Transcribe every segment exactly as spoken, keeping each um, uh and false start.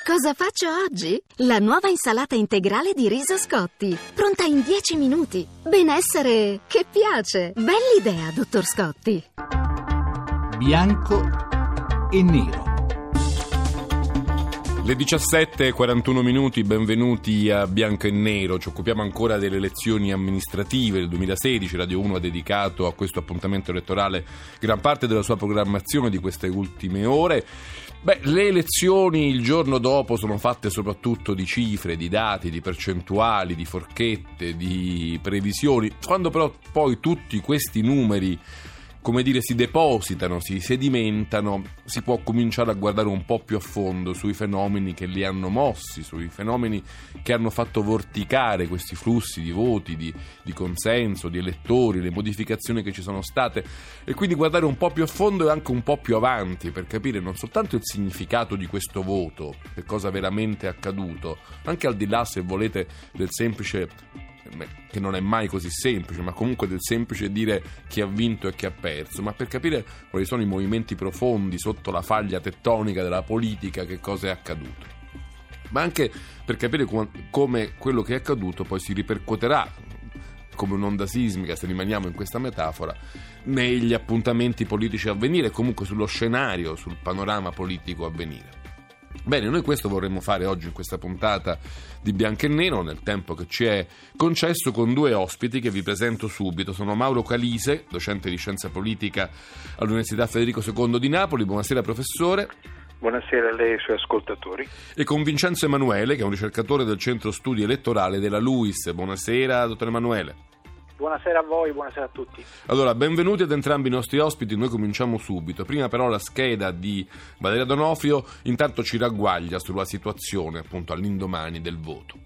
Cosa faccio oggi? La nuova insalata integrale di riso Scotti, pronta in dieci minuti. Benessere che piace. Bell'idea, dottor Scotti. Bianco e nero. Le diciassette e quarantuno minuti, benvenuti a Bianco e Nero. Ci occupiamo ancora delle elezioni amministrative del duemilasedici. Radio uno ha dedicato a questo appuntamento elettorale gran parte della sua programmazione di queste ultime ore. Beh, le elezioni il giorno dopo sono fatte soprattutto di cifre, di dati, di percentuali, di forchette, di previsioni. Quando però poi tutti questi numeri, come dire, si depositano, si sedimentano, si può cominciare a guardare un po' più a fondo sui fenomeni che li hanno mossi, sui fenomeni che hanno fatto vorticare questi flussi di voti, di, di consenso, di elettori, le modificazioni che ci sono state, e quindi guardare un po' più a fondo e anche un po' più avanti per capire non soltanto il significato di questo voto, che cosa veramente è accaduto, anche al di là, se volete, del semplice, che non è mai così semplice, ma comunque del semplice dire chi ha vinto e chi ha perso, ma per capire quali sono i movimenti profondi sotto la faglia tettonica della politica, che cosa è accaduto, ma anche per capire com- come quello che è accaduto poi si ripercuoterà come un'onda sismica, se rimaniamo in questa metafora, negli appuntamenti politici a venire, comunque sullo scenario, sul panorama politico a venire. Bene, noi questo vorremmo fare oggi in questa puntata di Bianco e Nero, nel tempo che ci è concesso, con due ospiti che vi presento subito. Sono Mauro Calise, docente di scienza politica all'Università Federico secondo di Napoli. Buonasera professore. Buonasera a lei e ai suoi ascoltatori. E con Vincenzo Emanuele, che è un ricercatore del Centro Studi Elettorale della LUISS. Buonasera, dottor Emanuele. Buonasera a voi, buonasera a tutti. Allora, benvenuti ad entrambi i nostri ospiti, noi cominciamo subito. Prima però la scheda di Valeria Donofrio intanto ci ragguaglia sulla situazione appunto all'indomani del voto.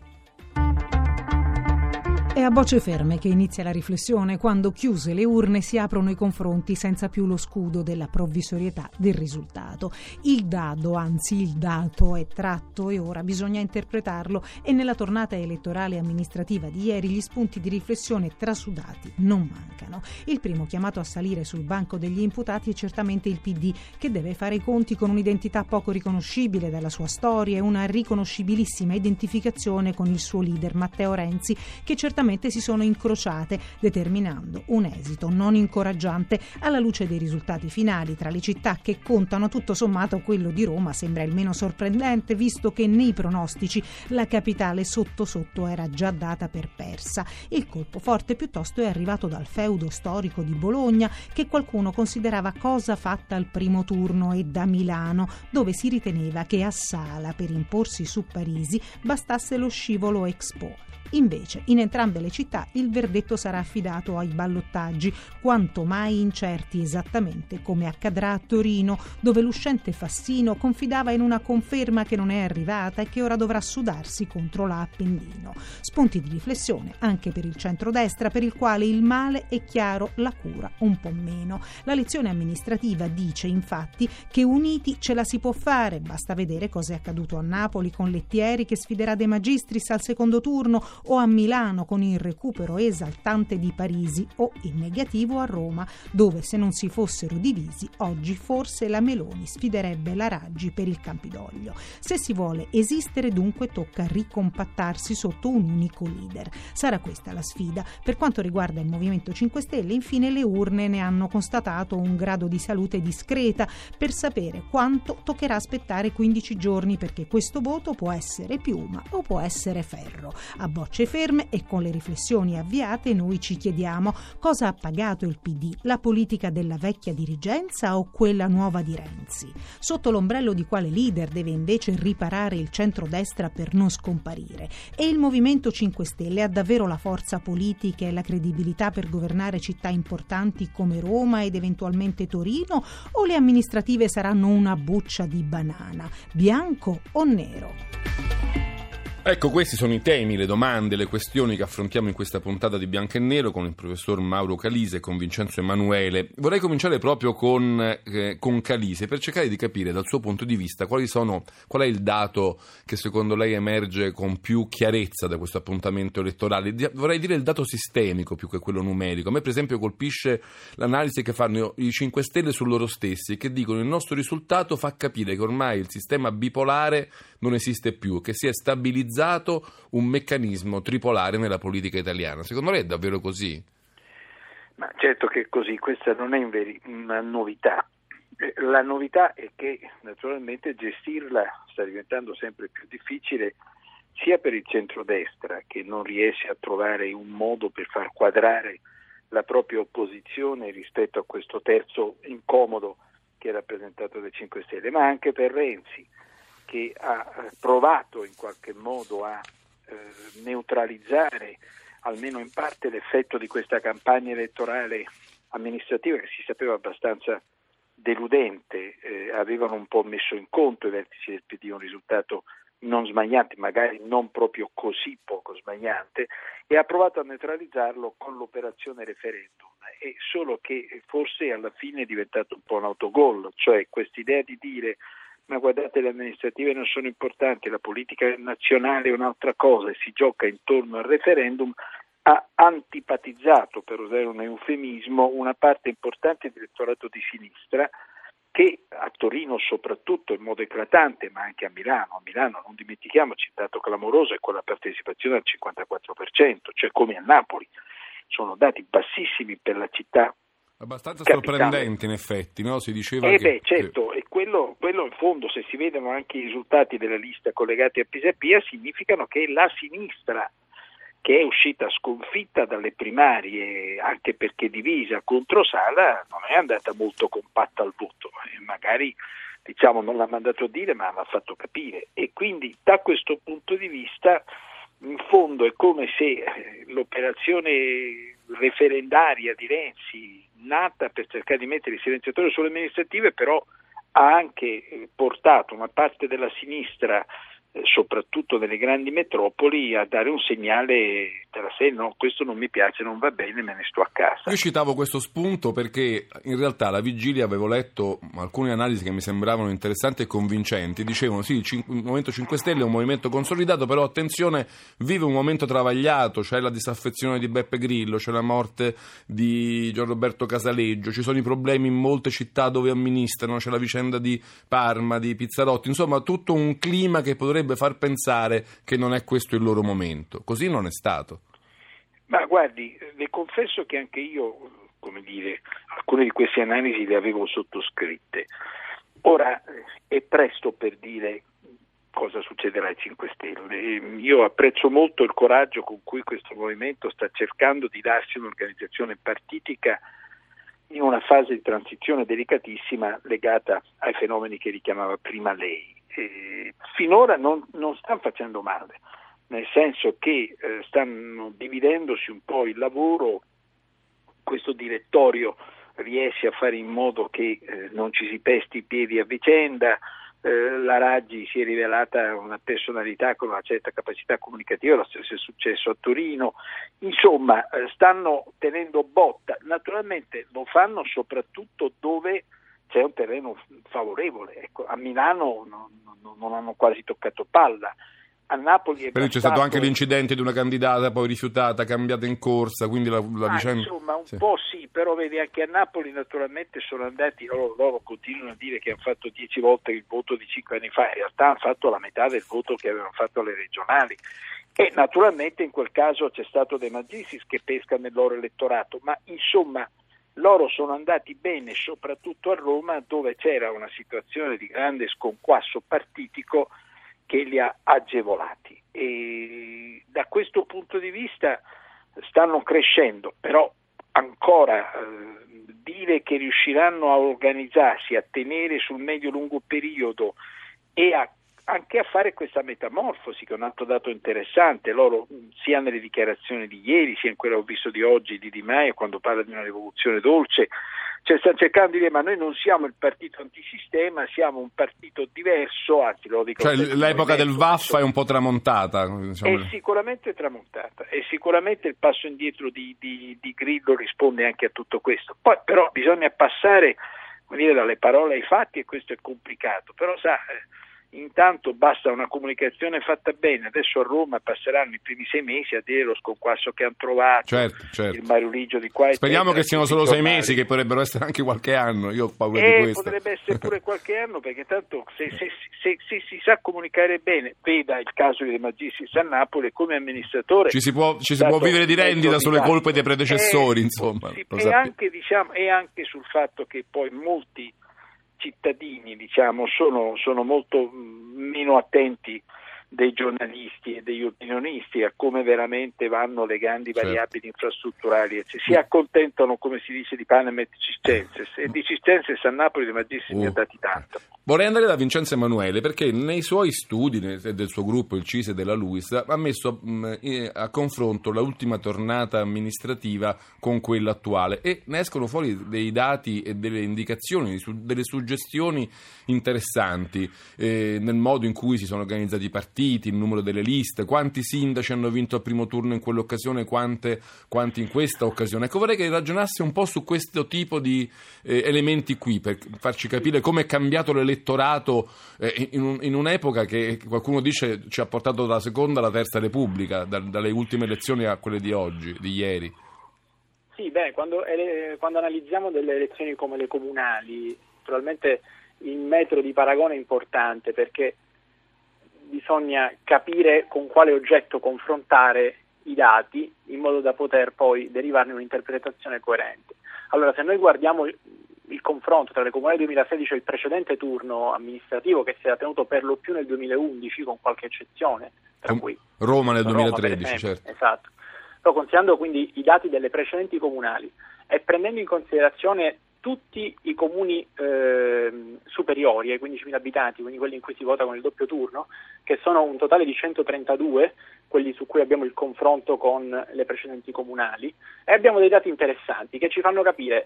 È a bocce ferme che inizia la riflessione quando, chiuse le urne, si aprono i confronti senza più lo scudo della provvisorietà del risultato. Il dado, anzi il dato, è tratto e ora bisogna interpretarlo, e nella tornata elettorale amministrativa di ieri gli spunti di riflessione trasudati non mancano. Il primo chiamato a salire sul banco degli imputati è certamente il P D, che deve fare i conti con un'identità poco riconoscibile dalla sua storia e una riconoscibilissima identificazione con il suo leader Matteo Renzi, che certamente si sono incrociate, determinando un esito non incoraggiante. Alla luce dei risultati finali, tra le città che contano, tutto sommato quello di Roma sembra il meno sorprendente, visto che nei pronostici la capitale sotto sotto era già data per persa. Il colpo forte piuttosto è arrivato dal feudo storico di Bologna, che qualcuno considerava cosa fatta al primo turno, e da Milano, dove si riteneva che a Sala, per imporsi su Parisi, bastasse lo scivolo Expo. Invece, in entrambe le città il verdetto sarà affidato ai ballottaggi, quanto mai incerti, esattamente come accadrà a Torino, dove l'uscente Fassino confidava in una conferma che non è arrivata e che ora dovrà sudarsi contro la Appendino. Spunti di riflessione anche per il centrodestra, per il quale il male è chiaro, la cura un po' meno. La lezione amministrativa dice infatti che uniti ce la si può fare, basta vedere cosa è accaduto a Napoli con Lettieri che sfiderà De Magistris al secondo turno, o a Milano con il recupero esaltante di Parisi, o in negativo a Roma, dove se non si fossero divisi oggi forse la Meloni sfiderebbe la Raggi per il Campidoglio. Se si vuole esistere, dunque, tocca ricompattarsi sotto un unico leader. Sarà questa la sfida. Per quanto riguarda il Movimento cinque Stelle, infine, le urne ne hanno constatato un grado di salute discreta. Per sapere quanto toccherà aspettare quindici giorni, perché questo voto può essere piuma o può essere ferro. A bocce ferme e con le riflessioni avviate, noi ci chiediamo: cosa ha pagato il P D? La politica della vecchia dirigenza o quella nuova di Renzi? Sotto l'ombrello di quale leader deve invece riparare il centrodestra per non scomparire? E il Movimento cinque Stelle ha davvero la forza politica e la credibilità per governare città importanti come Roma ed eventualmente Torino, o le amministrative saranno una buccia di banana? Bianco o nero? Ecco, questi sono i temi, le domande, le questioni che affrontiamo in questa puntata di Bianco e Nero con il professor Mauro Calise e con Vincenzo Emanuele. Vorrei cominciare proprio con, eh, con Calise per cercare di capire dal suo punto di vista quali sono, qual è il dato che secondo lei emerge con più chiarezza da questo appuntamento elettorale. Di, vorrei dire il dato sistemico più che quello numerico. A me per esempio colpisce l'analisi che fanno i cinque Stelle su loro stessi, che dicono il nostro risultato fa capire che ormai il sistema bipolare non esiste più, che si è stabilizzato un meccanismo tripolare nella politica italiana. Secondo lei è davvero così? Ma certo che è così, questa non è in veri- una novità. La novità è che naturalmente gestirla sta diventando sempre più difficile sia per il centrodestra, che non riesce a trovare un modo per far quadrare la propria opposizione rispetto a questo terzo incomodo che è rappresentato dai cinque Stelle, ma anche per Renzi, che ha provato in qualche modo a eh, neutralizzare almeno in parte l'effetto di questa campagna elettorale amministrativa che si sapeva abbastanza deludente. Eh, avevano un po' messo in conto i vertici del P D un risultato non smagliante, magari non proprio così poco smagliante, e ha provato a neutralizzarlo con l'operazione referendum, e solo che forse alla fine è diventato un po' un autogol, cioè quest'idea di dire ma guardate, le amministrative non sono importanti, la politica nazionale è un'altra cosa e si gioca intorno al referendum, ha antipatizzato, per usare un eufemismo, una parte importante dell'elettorato di sinistra che a Torino soprattutto in modo eclatante, ma anche a Milano, a Milano non dimentichiamoci, il dato clamoroso è quella partecipazione al cinquantaquattro per cento, cioè come a Napoli, sono dati bassissimi per la città. Abbastanza capitale. Sorprendenti in effetti, no? Si diceva eh che... beh, certo, e quello, quello in fondo, se si vedono anche i risultati della lista collegati a Pisapia, significano che la sinistra, che è uscita sconfitta dalle primarie, anche perché divisa contro Sala, non è andata molto compatta al voto, e magari diciamo non l'ha mandato a dire, ma l'ha fatto capire, e quindi da questo punto di vista in fondo è come se l'operazione referendaria di Renzi, nata per cercare di mettere il silenziatore sulle amministrative, però ha anche portato una parte della sinistra, eh, soprattutto nelle grandi metropoli, a dare un segnale della serie: no, questo non mi piace, non va bene, me ne sto a casa. Io citavo questo spunto perché in realtà alla vigilia avevo letto alcune analisi che mi sembravano interessanti e convincenti. Dicevano sì, il Movimento cinque Stelle è un movimento consolidato, però attenzione, vive un momento travagliato, c'è la disaffezione di Beppe Grillo, c'è la morte di Gianroberto Casaleggio, ci sono i problemi in molte città dove amministrano, c'è la vicenda di Parma, di Pizzarotti, insomma tutto un clima che potrebbe far pensare che non è questo il loro momento. Così non è stato. Ma guardi, le confesso che anche io, come dire, alcune di queste analisi le avevo sottoscritte. Ora è presto per dire cosa succederà ai cinque Stelle. Io apprezzo molto il coraggio con cui questo movimento sta cercando di darsi un'organizzazione partitica in una fase di transizione delicatissima legata ai fenomeni che richiamava prima lei. E finora non, non stanno facendo male, nel senso che eh, stanno dividendosi un po' il lavoro. Questo direttorio riesce a fare in modo che eh, non ci si pesti i piedi a vicenda. eh, la Raggi si è rivelata una personalità con una certa capacità comunicativa, lo stesso è successo a Torino. Insomma, eh, stanno tenendo botta, naturalmente lo fanno soprattutto dove c'è un terreno favorevole. Ecco, a Milano non, non, non hanno quasi toccato palla. A Napoli è Però bastato... c'è stato anche l'incidente di una candidata poi rifiutata, cambiata in corsa, quindi la, la ah, vicenda... Insomma, un sì. po' sì, però vedi anche a Napoli naturalmente sono andati, loro, loro continuano a dire che hanno fatto dieci volte il voto di cinque anni fa, in realtà hanno fatto la metà del voto che avevano fatto alle regionali. E naturalmente in quel caso c'è stato De Magistris che pesca nel loro elettorato, ma insomma loro sono andati bene soprattutto a Roma, dove c'era una situazione di grande sconquasso partitico che li ha agevolati, e da questo punto di vista stanno crescendo. Però ancora eh, dire che riusciranno a organizzarsi, a tenere sul medio-lungo periodo e a, anche a fare questa metamorfosi, che è un altro dato interessante. Loro, sia nelle dichiarazioni di ieri, sia in quella che ho visto di oggi di Di Maio, quando parla di una rivoluzione dolce, Cioè stanno cercando di dire ma noi non siamo il partito antisistema, siamo un partito diverso, anzi lo dico. Cioè l'epoca del vaffa è un po' tramontata. Diciamo. È sicuramente tramontata, e sicuramente il passo indietro di, di, di Grillo risponde anche a tutto questo. Poi però bisogna passare, come dire, dalle parole ai fatti, e questo è complicato, però sa... Intanto basta una comunicazione fatta bene. Adesso a Roma passeranno i primi sei mesi a dire lo sconquasso che hanno trovato, certo, certo. il maruligio di qua. Speriamo che siano solo sei mesi, che potrebbero essere anche qualche anno. Io ho paura eh, di questo. Potrebbe essere pure qualche anno, perché tanto se, se, se, se si sa comunicare bene, veda il caso di De Magistris a Napoli, come amministratore ci si può, ci si può vivere di rendita sulle colpe dei predecessori, eh, insomma. Sì, e, anche, diciamo, e anche sul fatto che poi molti cittadini, diciamo, sono, sono molto meno attenti dei giornalisti e degli opinionisti a come veramente vanno le grandi variabili, certo, infrastrutturali, e si accontentano, come si dice, di Panem et Circenses, e di Circenses a Napoli De Magistris uh. ne ha dati tanto. Vorrei andare da Vincenzo Emanuele, perché nei suoi studi del suo gruppo, il CISE della LUISS, ha messo mh, a confronto l'ultima tornata amministrativa con quella attuale, e ne escono fuori dei dati e delle indicazioni, delle suggestioni interessanti eh, nel modo in cui si sono organizzati i partiti, il numero delle liste, quanti sindaci hanno vinto al primo turno in quell'occasione, quante, quanti in questa occasione. Ecco, vorrei che ragionasse un po' su questo tipo di eh, elementi qui, per farci capire come è cambiato l'elettorato eh, in, un, in un'epoca che qualcuno dice ci ha portato dalla seconda alla terza repubblica, da, dalle ultime elezioni a quelle di oggi, di ieri. Sì, beh, quando, ele- quando analizziamo delle elezioni come le comunali, naturalmente il metro di paragone è importante, perché bisogna capire con quale oggetto confrontare i dati in modo da poter poi derivarne un'interpretazione coerente. Allora, se noi guardiamo il, il confronto tra le comunali duemilasedici e il precedente turno amministrativo, che si era tenuto per lo più nel duemilaundici, con qualche eccezione, tra cui Roma nel Roma, duemilatredici, esempio, certo. Esatto. Però considerando quindi i dati delle precedenti comunali e prendendo in considerazione tutti i comuni eh, superiori ai quindicimila abitanti, quindi quelli in cui si vota con il doppio turno, che sono un totale di centotrentadue, quelli su cui abbiamo il confronto con le precedenti comunali, e abbiamo dei dati interessanti che ci fanno capire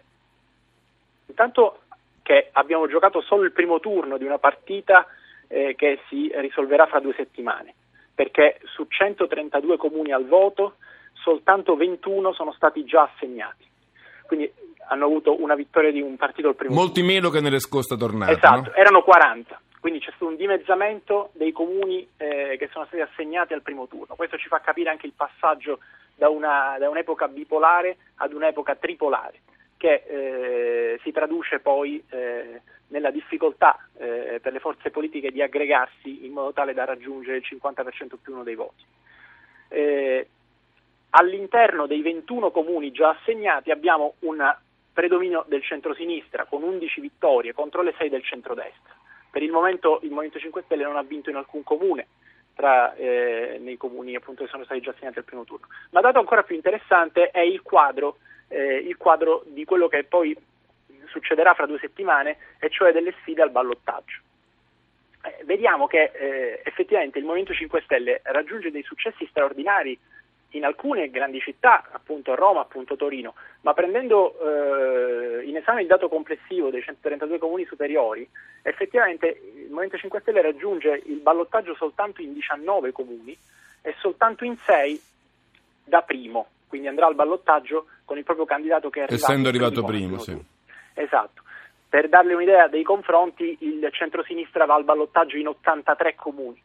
intanto che abbiamo giocato solo il primo turno di una partita eh, che si risolverà fra due settimane, perché su centotrentadue comuni al voto soltanto ventuno sono stati già assegnati. Quindi hanno avuto una vittoria di un partito al primo Molti turno. meno che nelle scorse tornate. Esatto, no? Erano quaranta, quindi c'è stato un dimezzamento dei comuni eh, che sono stati assegnati al primo turno. Questo ci fa capire anche il passaggio da, una, da un'epoca bipolare ad un'epoca tripolare, che eh, si traduce poi eh, nella difficoltà eh, per le forze politiche di aggregarsi in modo tale da raggiungere il cinquanta per cento più uno dei voti. Eh, all'interno dei ventuno comuni già assegnati abbiamo un predominio del centrosinistra con undici vittorie contro le sei del centrodestra. Per il momento il Movimento cinque Stelle non ha vinto in alcun comune tra eh, nei comuni appunto che sono stati già assegnati al primo turno. Ma dato ancora più interessante è il quadro, eh, il quadro di quello che poi succederà fra due settimane, e cioè delle sfide al ballottaggio. Eh, vediamo che eh, effettivamente il Movimento cinque Stelle raggiunge dei successi straordinari in alcune grandi città, appunto Roma, appunto Torino, ma prendendo eh, in esame il dato complessivo dei centotrentadue comuni superiori, effettivamente il Movimento cinque Stelle raggiunge il ballottaggio soltanto in diciannove comuni e soltanto in sei da primo, quindi andrà al ballottaggio con il proprio candidato che è arrivato essendo arrivato primo, primo, sì. Esatto. Per darle un'idea dei confronti, il centrosinistra va al ballottaggio in ottantatré comuni.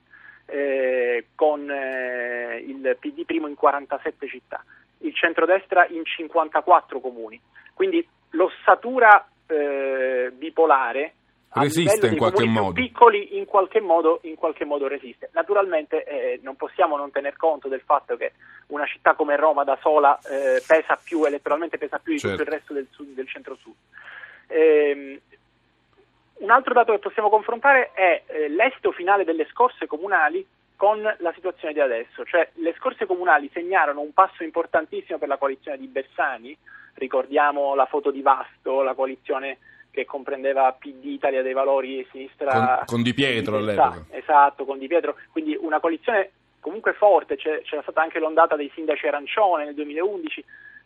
Eh, con eh, il P D primo in quarantasette città, il centrodestra in cinquantaquattro comuni, quindi l'ossatura eh, bipolare resiste in qualche modo. Più piccoli in qualche modo, in qualche modo resiste. Naturalmente eh, non possiamo non tener conto del fatto che una città come Roma da sola eh, pesa più, elettoralmente pesa più di certo. tutto il resto del, sud, del centro-sud. Eh, Un altro dato che possiamo confrontare è eh, l'esito finale delle scorse comunali con la situazione di adesso, cioè le scorse comunali segnarono un passo importantissimo per la coalizione di Bersani, ricordiamo la foto di Vasto, la coalizione che comprendeva P D, Italia dei Valori e Sinistra. Con, con Di Pietro all'epoca. Esatto, con Di Pietro, quindi una coalizione comunque forte, c'è, c'era stata anche l'ondata dei sindaci arancione nel duemilaundici,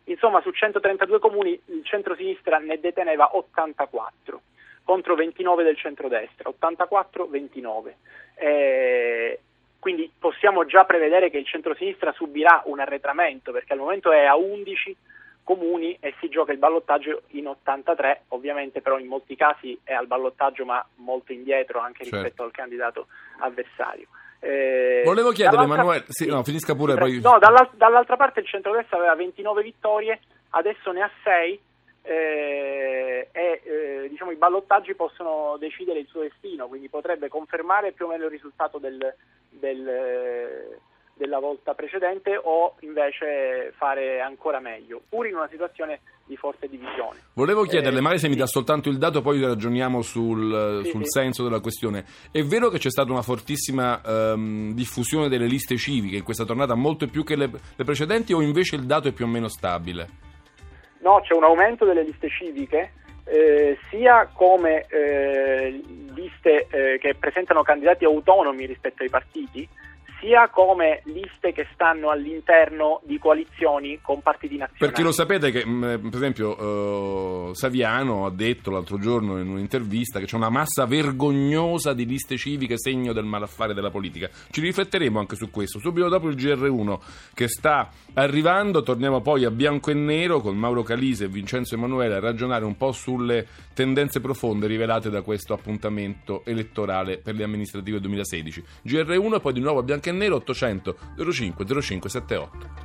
Insomma, su centotrentadue comuni il centrosinistra ne deteneva ottantaquattro contro ventinove del centrodestra, ottantaquattro ventinove. Eh, quindi possiamo già prevedere che il centrosinistra subirà un arretramento, perché al momento è a undici comuni e si gioca il ballottaggio in ottantatré, ovviamente però in molti casi è al ballottaggio ma molto indietro anche rispetto certo. al candidato avversario. Eh, Volevo chiedere, Emanuele, sì, no, finisca pure poi. No, dall'al- dall'altra parte il centrodestra aveva ventinove vittorie, adesso ne ha sei eh, e eh, diciamo i ballottaggi possono decidere il suo destino, quindi potrebbe confermare più o meno il risultato del, del, eh, della volta precedente o invece fare ancora meglio, pur in una situazione di forte divisione. Volevo chiederle, eh, magari se sì. mi dà soltanto il dato, poi ragioniamo sul, sì, sul sì. senso della questione. È vero che c'è stata una fortissima um, diffusione delle liste civiche in questa tornata, molto più che le, le precedenti, o invece il dato è più o meno stabile? No, c'è un aumento delle liste civiche, eh, sia come eh, liste eh, che presentano candidati autonomi rispetto ai partiti, sia come liste che stanno all'interno di coalizioni con partiti nazionali. Perché lo sapete che, mh, per esempio, uh, Saviano ha detto l'altro giorno in un'intervista che c'è una massa vergognosa di liste civiche, segno del malaffare della politica. Ci rifletteremo anche su questo. Subito dopo il G R uno che sta arrivando, torniamo poi a Bianco e Nero con Mauro Calise e Vincenzo Emanuele a ragionare un po' sulle tendenze profonde rivelate da questo appuntamento elettorale per le amministrative duemilasedici. G R uno e poi di nuovo a Bianco e Nero, ottocento zero cinque zero cinque settantotto.